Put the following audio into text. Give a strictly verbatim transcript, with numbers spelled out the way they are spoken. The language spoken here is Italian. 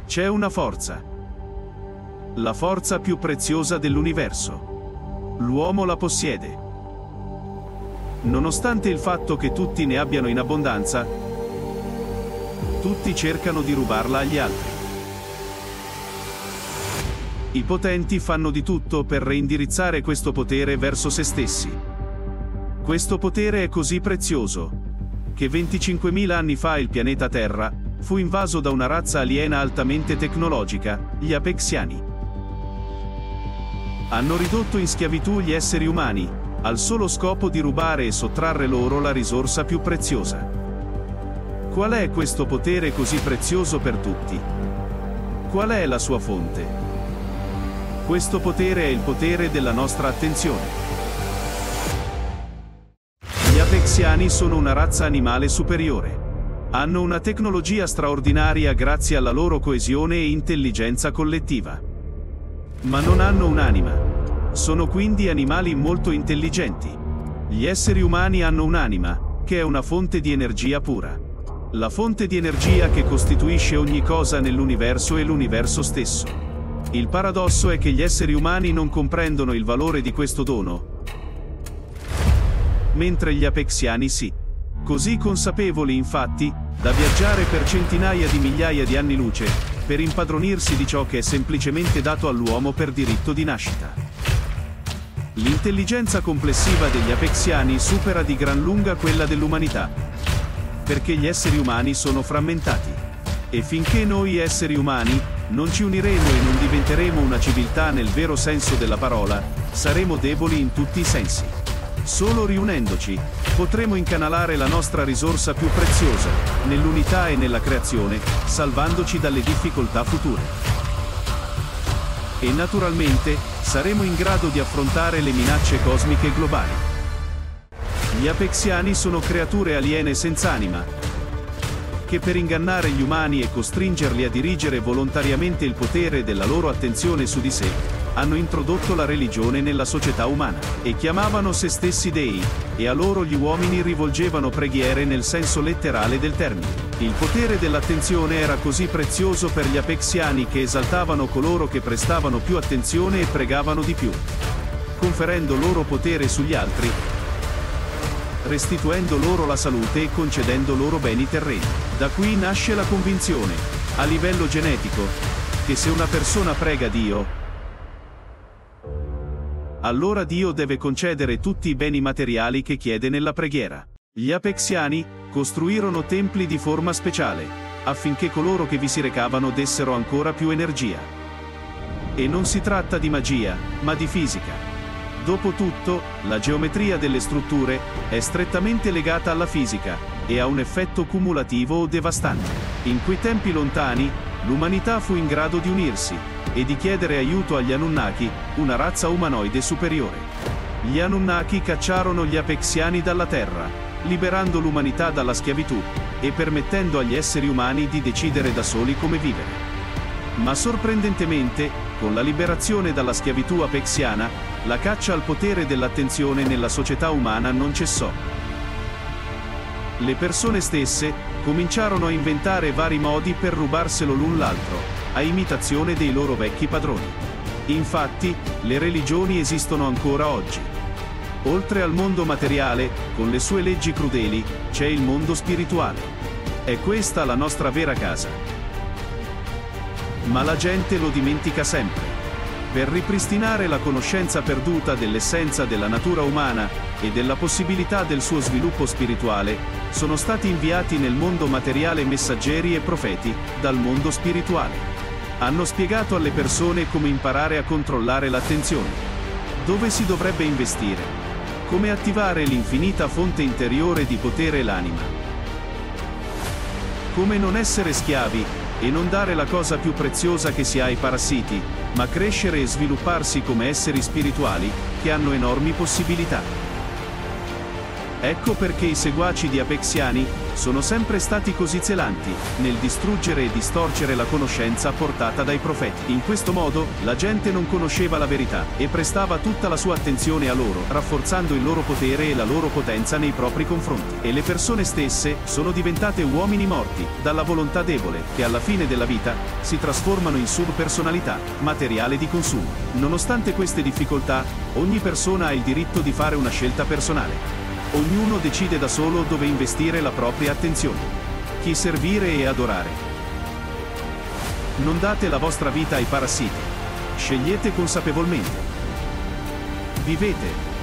C'è una forza. La forza più preziosa dell'universo. L'uomo la possiede. Nonostante il fatto che tutti ne abbiano in abbondanza, tutti cercano di rubarla agli altri. I potenti fanno di tutto per reindirizzare questo potere verso se stessi. Questo potere è così prezioso che venticinquemila anni fa il pianeta Terra fu invaso da una razza aliena altamente tecnologica, gli Apexiani. Hanno ridotto in schiavitù gli esseri umani, al solo scopo di rubare e sottrarre loro la risorsa più preziosa. Qual è questo potere così prezioso per tutti? Qual è la sua fonte? Questo potere è il potere della nostra attenzione. Gli Apexiani sono una razza animale superiore. Hanno una tecnologia straordinaria grazie alla loro coesione e intelligenza collettiva. Ma non hanno un'anima. Sono quindi animali molto intelligenti. Gli esseri umani hanno un'anima, che è una fonte di energia pura. La fonte di energia che costituisce ogni cosa nell'universo e l'universo stesso. Il paradosso è che gli esseri umani non comprendono il valore di questo dono, mentre gli Apexiani sì. Così consapevoli, infatti, da viaggiare per centinaia di migliaia di anni luce, per impadronirsi di ciò che è semplicemente dato all'uomo per diritto di nascita. L'intelligenza complessiva degli Apexiani supera di gran lunga quella dell'umanità, perché gli esseri umani sono frammentati. E finché noi esseri umani non ci uniremo e non diventeremo una civiltà nel vero senso della parola, saremo deboli in tutti i sensi. Solo riunendoci, potremo incanalare la nostra risorsa più preziosa, nell'unità e nella creazione, salvandoci dalle difficoltà future. E naturalmente, saremo in grado di affrontare le minacce cosmiche globali. Gli Apexiani sono creature aliene senza anima, che per ingannare gli umani e costringerli a dirigere volontariamente il potere della loro attenzione su di sé, hanno introdotto la religione nella società umana, e chiamavano se stessi dei, e a loro gli uomini rivolgevano preghiere nel senso letterale del termine. Il potere dell'attenzione era così prezioso per gli Apexiani che esaltavano coloro che prestavano più attenzione e pregavano di più, conferendo loro potere sugli altri, restituendo loro la salute e concedendo loro beni terreni. Da qui nasce la convinzione, a livello genetico, che se una persona prega Dio, allora Dio deve concedere tutti i beni materiali che chiede nella preghiera. Gli Apexiani costruirono templi di forma speciale, affinché coloro che vi si recavano dessero ancora più energia. E non si tratta di magia, ma di fisica. Dopotutto, la geometria delle strutture è strettamente legata alla fisica e ha un effetto cumulativo o devastante. In quei tempi lontani, l'umanità fu in grado di unirsi e di chiedere aiuto agli Anunnaki, una razza umanoide superiore. Gli Anunnaki cacciarono gli Apexiani dalla Terra, liberando l'umanità dalla schiavitù e permettendo agli esseri umani di decidere da soli come vivere. Ma sorprendentemente, con la liberazione dalla schiavitù apexiana, la caccia al potere dell'attenzione nella società umana non cessò. Le persone stesse cominciarono a inventare vari modi per rubarselo l'un l'altro, a imitazione dei loro vecchi padroni. Infatti, le religioni esistono ancora oggi. Oltre al mondo materiale, con le sue leggi crudeli, c'è il mondo spirituale. È questa la nostra vera casa. Ma la gente lo dimentica sempre. Per ripristinare la conoscenza perduta dell'essenza della natura umana e della possibilità del suo sviluppo spirituale, sono stati inviati nel mondo materiale messaggeri e profeti, dal mondo spirituale. Hanno spiegato alle persone come imparare a controllare l'attenzione, dove si dovrebbe investire, come attivare l'infinita fonte interiore di potere e l'anima, come non essere schiavi, e non dare la cosa più preziosa che si ha ai parassiti, ma crescere e svilupparsi come esseri spirituali, che hanno enormi possibilità. Ecco perché i seguaci di Apexiani sono sempre stati così zelanti nel distruggere e distorcere la conoscenza portata dai profeti. In questo modo, la gente non conosceva la verità e prestava tutta la sua attenzione a loro, rafforzando il loro potere e la loro potenza nei propri confronti. E le persone stesse sono diventate uomini morti dalla volontà debole, che alla fine della vita si trasformano in subpersonalità, materiale di consumo. Nonostante queste difficoltà, ogni persona ha il diritto di fare una scelta personale. Ognuno decide da solo dove investire la propria attenzione, chi servire e adorare. Non date la vostra vita ai parassiti. Scegliete consapevolmente. Vivete